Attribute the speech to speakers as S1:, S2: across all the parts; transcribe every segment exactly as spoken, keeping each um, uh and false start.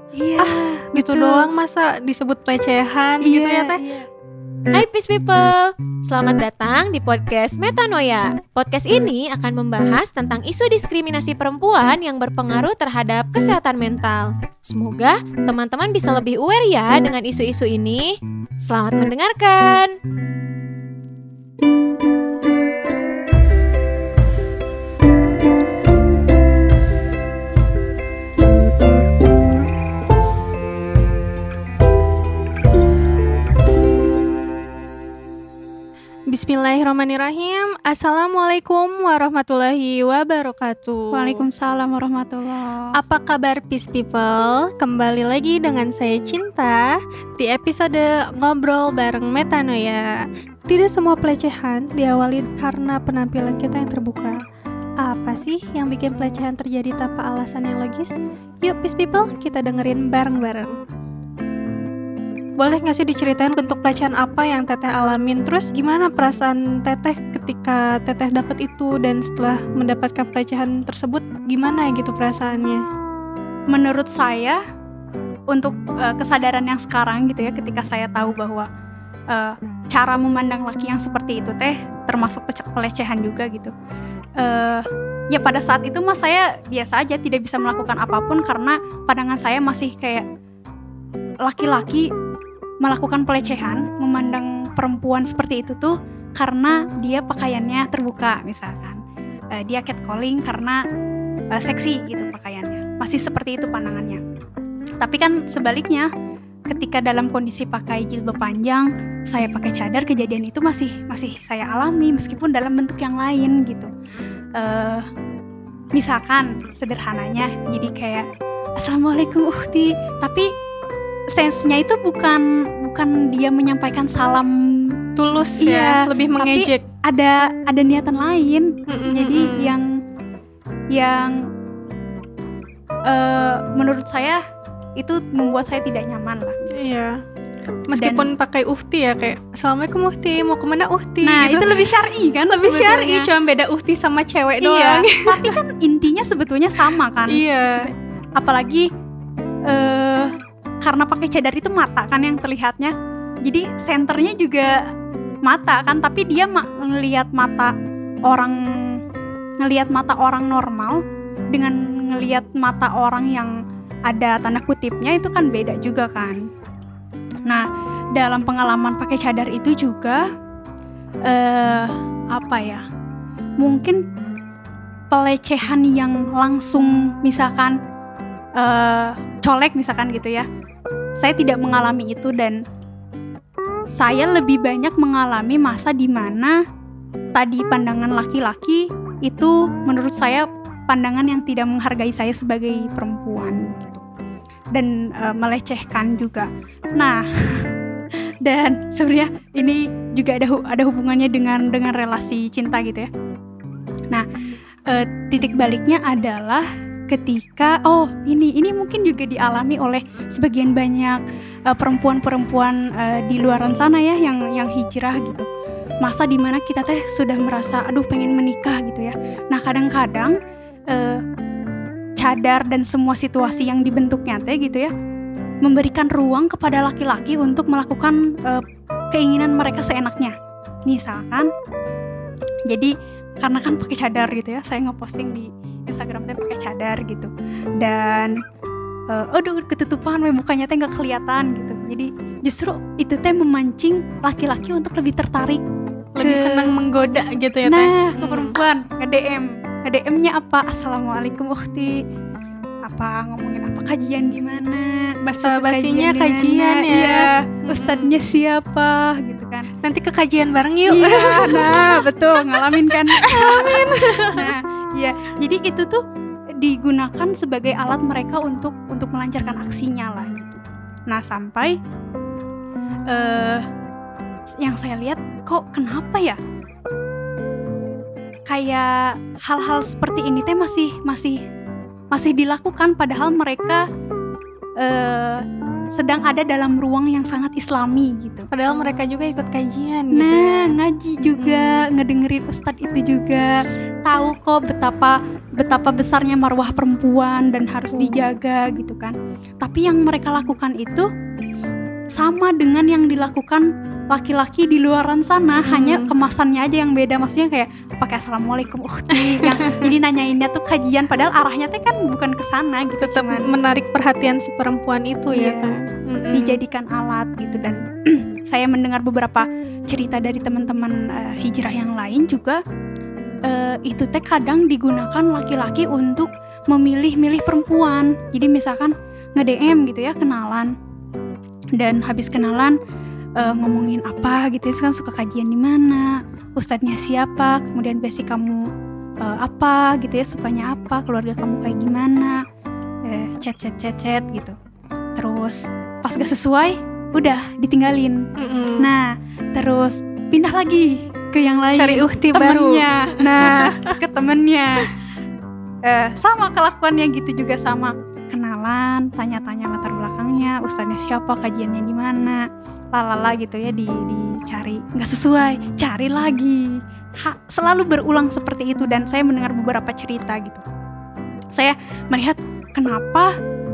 S1: Iya,
S2: ah gitu
S1: betul.
S2: doang masa disebut pelecehan
S1: Iya,
S2: gitu ya teh.
S1: iya.
S3: Hai Peace People, selamat datang di podcast Metanoia. Podcast ini akan membahas tentang isu diskriminasi perempuan yang berpengaruh terhadap kesehatan mental. Semoga teman-teman bisa lebih aware ya dengan isu-isu ini. Selamat mendengarkan.
S2: Bismillahirrahmanirrahim. Assalamualaikum warahmatullahi wabarakatuh.
S1: Waalaikumsalam warahmatullahi.
S2: Apa kabar Peace People? Kembali lagi dengan saya Cinta di episode Ngobrol bareng Metanoia. Tidak semua pelecehan diawali karena penampilan kita yang terbuka. Apa sih yang bikin pelecehan terjadi tanpa alasan yang logis? Yuk Peace People, kita dengerin bareng-bareng. Boleh gak sih diceritain bentuk pelecehan apa yang Teteh alamin? Terus gimana perasaan Teteh ketika Teteh dapat itu dan setelah mendapatkan pelecehan tersebut, gimana gitu perasaannya?
S1: Menurut saya, untuk uh, kesadaran yang sekarang gitu ya, ketika saya tahu bahwa uh, cara memandang laki yang seperti itu teh termasuk pelecehan juga gitu. Uh, ya pada saat itu mas saya biasa aja, tidak bisa melakukan apapun karena pandangan saya masih kayak laki-laki melakukan pelecehan, memandang perempuan seperti itu tuh karena dia pakaiannya terbuka misalkan, uh, dia catcalling karena uh, seksi gitu pakaiannya, masih seperti itu pandangannya. Tapi kan sebaliknya, ketika dalam kondisi pakai jilbab panjang, saya pakai cadar, kejadian itu masih masih saya alami meskipun dalam bentuk yang lain gitu. Uh, misalkan sederhananya, jadi kayak Assalamualaikum Ukhti, tapi sense-nya itu bukan bukan dia menyampaikan salam
S2: tulus
S1: iya,
S2: ya, lebih mengejek.
S1: Tapi ada ada niatan lain.
S2: Mm-mm.
S1: Jadi yang yang uh, menurut saya itu membuat saya tidak nyaman lah.
S2: Iya. Meskipun Dan, pakai uhti ya, kayak Assalamualaikum uhti, mau kemana uhti?
S1: Nah
S2: gitu.
S1: Itu lebih syar'i kan?
S2: Lebih syar'i, cuma beda uhti sama cewek
S1: iya,
S2: doang.
S1: Tapi kan intinya sebetulnya sama kan.
S2: Iya.
S1: Apalagi uh, karena pakai cadar itu mata kan yang terlihatnya, jadi senternya juga mata kan, tapi dia ma- ngelihat mata orang ngelihat mata orang normal dengan ngelihat mata orang yang ada tanda kutipnya itu kan beda juga kan. Nah dalam pengalaman pakai cadar itu juga uh, apa ya, mungkin pelecehan yang langsung misalkan uh, colek misalkan gitu ya, saya tidak mengalami itu, dan saya lebih banyak mengalami masa di mana tadi pandangan laki-laki itu menurut saya pandangan yang tidak menghargai saya sebagai perempuan gitu, dan e, melecehkan juga. Nah, dan sebenarnya ini juga ada ada hubungannya dengan dengan relasi cinta gitu ya. Nah, e, titik baliknya adalah ketika oh ini ini mungkin juga dialami oleh sebagian banyak uh, perempuan-perempuan uh, di luaran sana ya yang yang hijrah gitu. Masa dimana kita teh sudah merasa aduh pengen menikah gitu ya. Nah kadang-kadang uh, cadar dan semua situasi yang dibentuknya teh gitu ya memberikan ruang kepada laki-laki untuk melakukan uh, keinginan mereka seenaknya. Misalkan jadi karena kan pakai cadar gitu ya, saya ngeposting di Instagram teh pakai cadar gitu, dan uh, aduh ketutupan, mukanya teh nggak kelihatan gitu. Jadi justru itu teh memancing laki-laki untuk lebih tertarik,
S2: lebih ke, senang menggoda gitu ya teh.
S1: Nah ke perempuan nge-D M, nge-D M-nya apa? Assalamualaikum Ukhti, apa ngomongin apa, kajian di mana,
S2: basa-basinya kajian, kajian ya.
S1: Iya, ustadznya siapa gitu kan.
S2: Nanti ke kajian bareng yuk.
S1: Iya, nah betul, ngalamin kan. Ngalamin. Nah, iya, jadi itu tuh digunakan sebagai alat mereka untuk untuk melancarkan aksinya lah gitu. Nah, sampai uh, yang saya lihat kok kenapa ya? Kayak hal-hal seperti ini teh masih masih masih dilakukan padahal mereka uh, sedang ada dalam ruang yang sangat islami gitu.
S2: Padahal mereka juga ikut kajian gitu.
S1: Nah,
S2: ya.
S1: ngaji juga, hmm. ngedengerin ustadz itu juga, tahu kok betapa betapa besarnya marwah perempuan dan harus dijaga gitu kan. Tapi yang mereka lakukan itu sama dengan yang dilakukan laki-laki di luaran sana, hmm. hanya kemasannya aja yang beda. Maksudnya kayak pakai assalamualaikum ukhti yang jadi nanyainnya tuh kajian, padahal arahnya tuh kan bukan ke sana gitu.
S2: Tetap
S1: cuman
S2: menarik perhatian si perempuan itu
S1: iya,
S2: ya kan. Mm-mm.
S1: dijadikan alat gitu. Dan saya mendengar beberapa cerita dari teman-teman uh, hijrah yang lain juga, uh, itu teh kadang digunakan laki-laki untuk memilih-milih perempuan. Jadi misalkan nge-D M gitu ya, kenalan, dan habis kenalan uh, ngomongin apa gitu, kan suka kajian di mana, ustadznya siapa, kemudian basic kamu uh, apa gitu ya, sukanya apa, keluarga kamu kayak gimana, eh, chat chat chat chat gitu. Terus pas gak sesuai, udah ditinggalin.
S2: Mm-mm.
S1: Nah, terus pindah lagi ke yang lain,
S2: Cari uhti baru.
S1: temennya. Nah, ke temennya. Eh, sama kelakuannya gitu juga, sama kenalan, tanya-tanya latar belakangnya, ustadznya siapa, kajiannya di mana, lalala gitu ya, di dicari, nggak sesuai, cari lagi. Ha, selalu berulang seperti itu. Dan saya mendengar beberapa cerita gitu. Saya melihat kenapa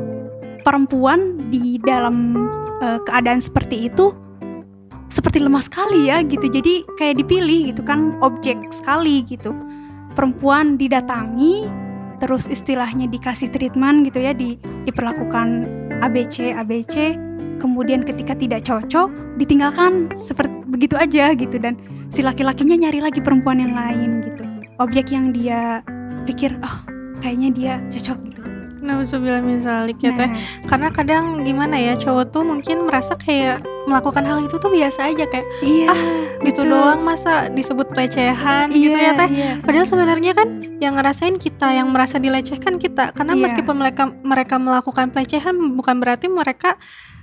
S1: perempuan di dalam uh, keadaan seperti itu seperti lemah sekali ya gitu. Jadi kayak dipilih gitu kan, objek sekali gitu. Perempuan didatangi, terus istilahnya dikasih treatment gitu ya, di, diperlakukan A B C A B C, kemudian ketika tidak cocok ditinggalkan seperti begitu aja gitu. Dan si laki-lakinya nyari lagi perempuan yang lain gitu, objek yang dia pikir oh kayaknya dia cocok gitu.
S2: Nauzubillah min zalik ya teh.
S1: Nah,
S2: Karena kadang gimana ya, cowok tuh mungkin merasa kayak melakukan hal itu tuh biasa aja, kayak
S1: iya,
S2: ah gitu
S1: betul.
S2: doang, masa disebut pelecehan
S1: Iya,
S2: gitu ya teh.
S1: iya.
S2: Padahal sebenarnya kan yang ngerasain kita, yang merasa dilecehkan kita. Karena
S1: Iya.
S2: meskipun mereka mereka melakukan pelecehan, bukan berarti mereka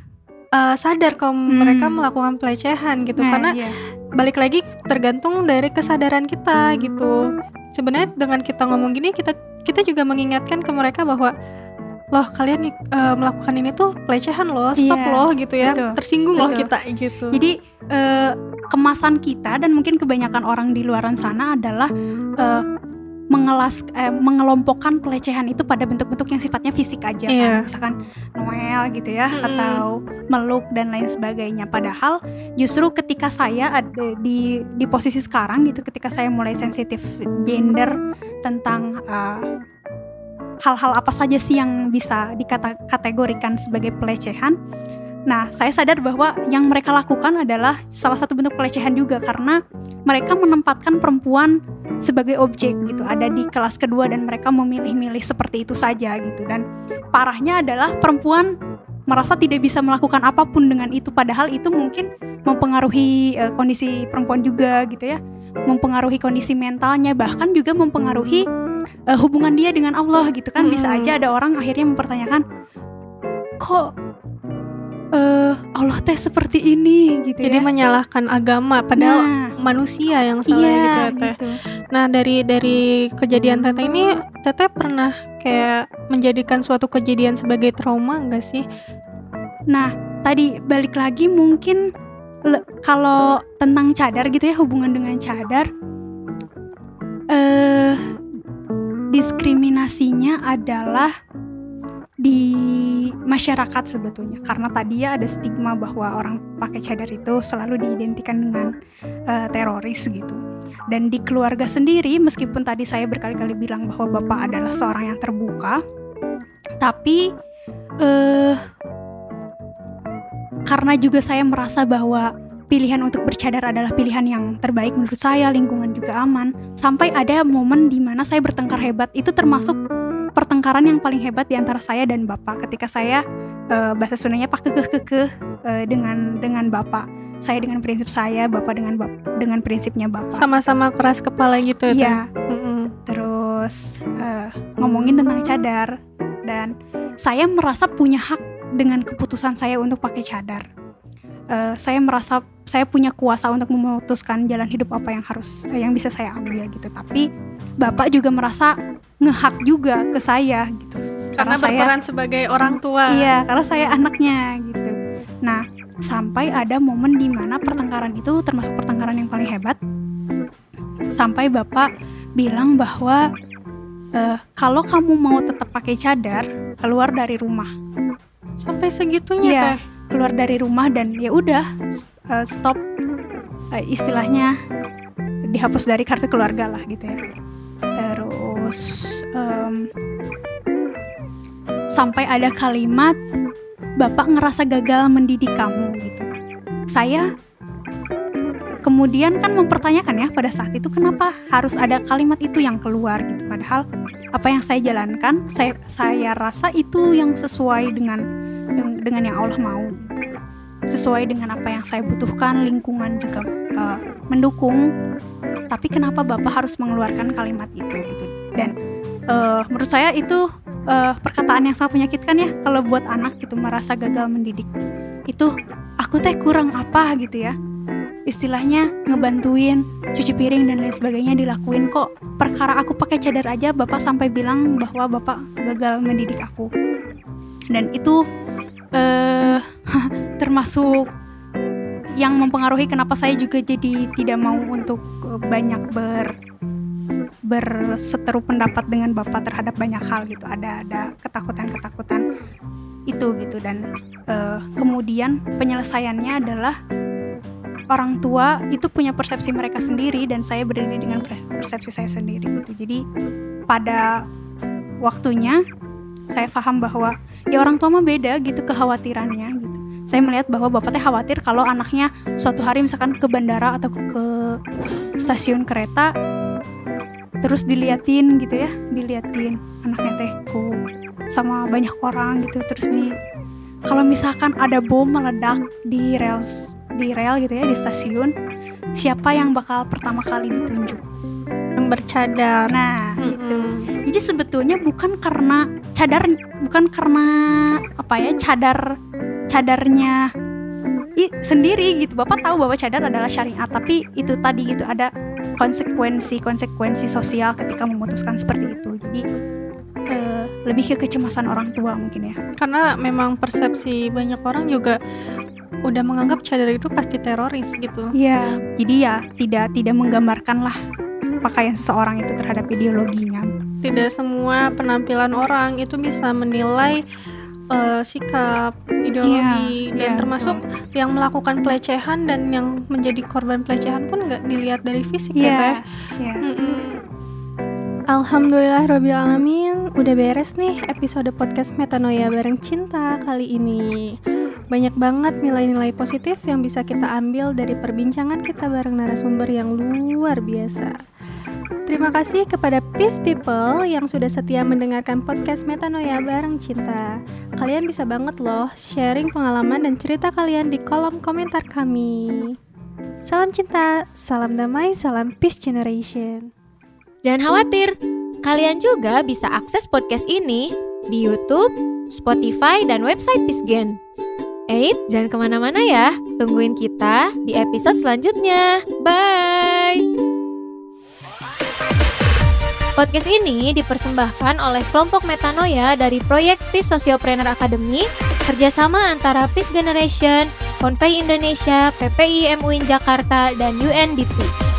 S2: uh, sadar kalau
S1: Hmm.
S2: mereka melakukan pelecehan gitu.
S1: Nah,
S2: Karena
S1: iya.
S2: balik lagi tergantung dari kesadaran kita gitu. Sebenarnya dengan kita ngomong gini, kita kita juga mengingatkan ke mereka bahwa loh kalian nih uh, melakukan ini tuh pelecehan loh, stop
S1: Iya,
S2: loh gitu ya,
S1: betul,
S2: tersinggung loh
S1: betul.
S2: kita gitu.
S1: Jadi eh, kemasan kita dan mungkin kebanyakan orang di luaran sana adalah eh, mengelas eh, mengelompokkan pelecehan itu pada bentuk-bentuk yang sifatnya fisik aja kan.
S2: Iya.
S1: Misalkan Noel gitu ya,
S2: Mm-mm.
S1: atau meluk dan lain sebagainya. Padahal justru ketika saya ada di di posisi sekarang gitu, ketika saya mulai sensitif gender tentang eh, hal-hal apa saja sih yang bisa dikategorikan sebagai pelecehan. Nah, saya sadar bahwa yang mereka lakukan adalah salah satu bentuk pelecehan juga, karena mereka menempatkan perempuan sebagai objek gitu, ada di kelas kedua, dan mereka memilih-milih seperti itu saja gitu. Dan parahnya adalah perempuan merasa tidak bisa melakukan apapun dengan itu, padahal itu mungkin mempengaruhi uh, kondisi perempuan juga gitu ya, mempengaruhi kondisi mentalnya, bahkan juga mempengaruhi uh, hubungan dia dengan Allah gitu kan. Bisa
S2: Hmm.
S1: aja ada orang akhirnya mempertanyakan, kok uh, Allah teh seperti ini gitu.
S2: Jadi
S1: ya.
S2: menyalahkan agama padahal
S1: Nah,
S2: manusia yang salah
S1: iya,
S2: gitu ya teh.
S1: gitu.
S2: Nah dari dari kejadian teteh ini, teteh pernah kayak menjadikan suatu kejadian sebagai trauma nggak sih?
S1: Nah, tadi balik lagi mungkin le- kalau tentang cadar gitu ya, hubungan dengan cadar, eh diskriminasinya adalah di masyarakat sebetulnya, karena tadi ya ada stigma bahwa orang pakai cadar itu selalu diidentikan dengan eh, teroris gitu. Dan di keluarga sendiri, meskipun tadi saya berkali-kali bilang bahwa bapak adalah seorang yang terbuka, tapi eh karena juga saya merasa bahwa pilihan untuk bercadar adalah pilihan yang terbaik menurut saya, lingkungan juga aman, sampai ada momen di mana saya bertengkar hebat. Itu termasuk pertengkaran yang paling hebat di antara saya dan bapak, ketika saya uh, bahasa Sundanya pak kekeh-kekeh uh, dengan dengan bapak. Saya dengan prinsip saya, bapak dengan bap- dengan prinsipnya bapak.
S2: Sama-sama keras kepala gitu ya teh?
S1: Iya.
S2: Mm-mm.
S1: Terus uh, ngomongin tentang cadar, dan saya merasa punya hak dengan keputusan saya untuk pakai cadar. Uh, saya merasa saya punya kuasa untuk memutuskan jalan hidup apa yang harus uh, yang bisa saya ambil gitu. Tapi bapak juga merasa ngehak juga ke saya gitu.
S2: Karena
S1: saya,
S2: berperan sebagai orang tua.
S1: iya, karena saya anaknya gitu. Nah, sampai ada momen di mana pertengkaran itu termasuk pertengkaran yang paling hebat. Sampai bapak bilang bahwa uh, kalau kamu mau tetap pakai cadar, keluar dari rumah.
S2: Sampai segitunya
S1: Iya,
S2: teh.
S1: keluar dari rumah dan ya udah uh, stop, uh, istilahnya dihapus dari kartu keluarga lah gitu ya. Terus um, sampai ada kalimat bapak ngerasa gagal mendidik kamu gitu. Saya kemudian kan mempertanyakan ya pada saat itu kenapa harus ada kalimat itu yang keluar gitu. Padahal apa yang saya jalankan, saya saya rasa itu yang sesuai dengan dengan yang Allah mau. Sesuai dengan apa yang saya butuhkan, lingkungan juga uh, mendukung. Tapi kenapa bapak harus mengeluarkan kalimat itu gitu. Dan uh, menurut saya itu Uh, perkataan yang sangat menyakitkan ya kalau buat anak gitu merasa gagal mendidik. Itu aku teh kurang apa gitu ya, istilahnya ngebantuin cuci piring dan lain sebagainya dilakuin, kok perkara aku pakai cadar aja bapak sampai bilang bahwa bapak gagal mendidik aku. Dan itu uh, termasuk yang mempengaruhi kenapa saya juga jadi tidak mau untuk banyak ber berseteru pendapat dengan bapak terhadap banyak hal gitu. Ada ada ketakutan-ketakutan itu gitu. Dan uh, kemudian penyelesaiannya adalah orang tua itu punya persepsi mereka sendiri dan saya berdiri dengan persepsi saya sendiri gitu. Jadi pada waktunya saya paham bahwa ya orang tua mah beda gitu kekhawatirannya gitu. Saya melihat bahwa bapak teh khawatir kalau anaknya suatu hari misalkan ke bandara atau ke stasiun kereta terus diliatin gitu ya, diliatin anaknya tehku sama banyak orang gitu. Terus di kalau misalkan ada bom meledak di rel di rel gitu ya di stasiun, siapa yang bakal pertama kali ditunjuk?
S2: Yang bercadar.
S1: Nah,
S2: Mm-mm.
S1: gitu. Jadi sebetulnya bukan karena cadar, bukan karena apa ya cadar cadarnya i, sendiri gitu. Bapak tahu bahwa cadar adalah syariat, tapi itu tadi gitu ada konsekuensi-konsekuensi sosial ketika memutuskan seperti itu. Jadi uh, lebih ke kecemasan orang tua mungkin ya.
S2: Karena memang persepsi banyak orang juga udah menganggap cadar itu pasti teroris gitu.
S1: Iya. Jadi ya tidak tidak menggambarkan lah pakaian seseorang itu terhadap ideologinya.
S2: Tidak semua penampilan orang itu bisa menilai uh, sikap, ideologi,
S1: Iya,
S2: dan
S1: iya,
S2: termasuk
S1: betul.
S2: yang melakukan pelecehan dan yang menjadi korban pelecehan pun nggak dilihat dari fisik ya
S1: Iya.
S2: teh.
S1: Iya.
S2: Mm-mm. Alhamdulillahirrabbilalamin, udah beres nih episode podcast Metanoia bareng Cinta kali ini. Banyak banget nilai-nilai positif yang bisa kita ambil dari perbincangan kita bareng narasumber yang luar biasa. Terima kasih kepada Peace People yang sudah setia mendengarkan podcast Metanoia bareng Cinta. Kalian bisa banget loh sharing pengalaman dan cerita kalian di kolom komentar kami. Salam cinta, salam damai, salam peace generation.
S3: Jangan khawatir, kalian juga bisa akses podcast ini di YouTube, Spotify, dan website Peacegen. Eits, jangan kemana-mana ya, tungguin kita di episode selanjutnya. Bye! Podcast ini dipersembahkan oleh kelompok Metanoia dari proyek Peace Sociopreneur Academy, kerjasama antara Peace Generation, Konvei Indonesia, P P I M U I N Jakarta, dan U N D P.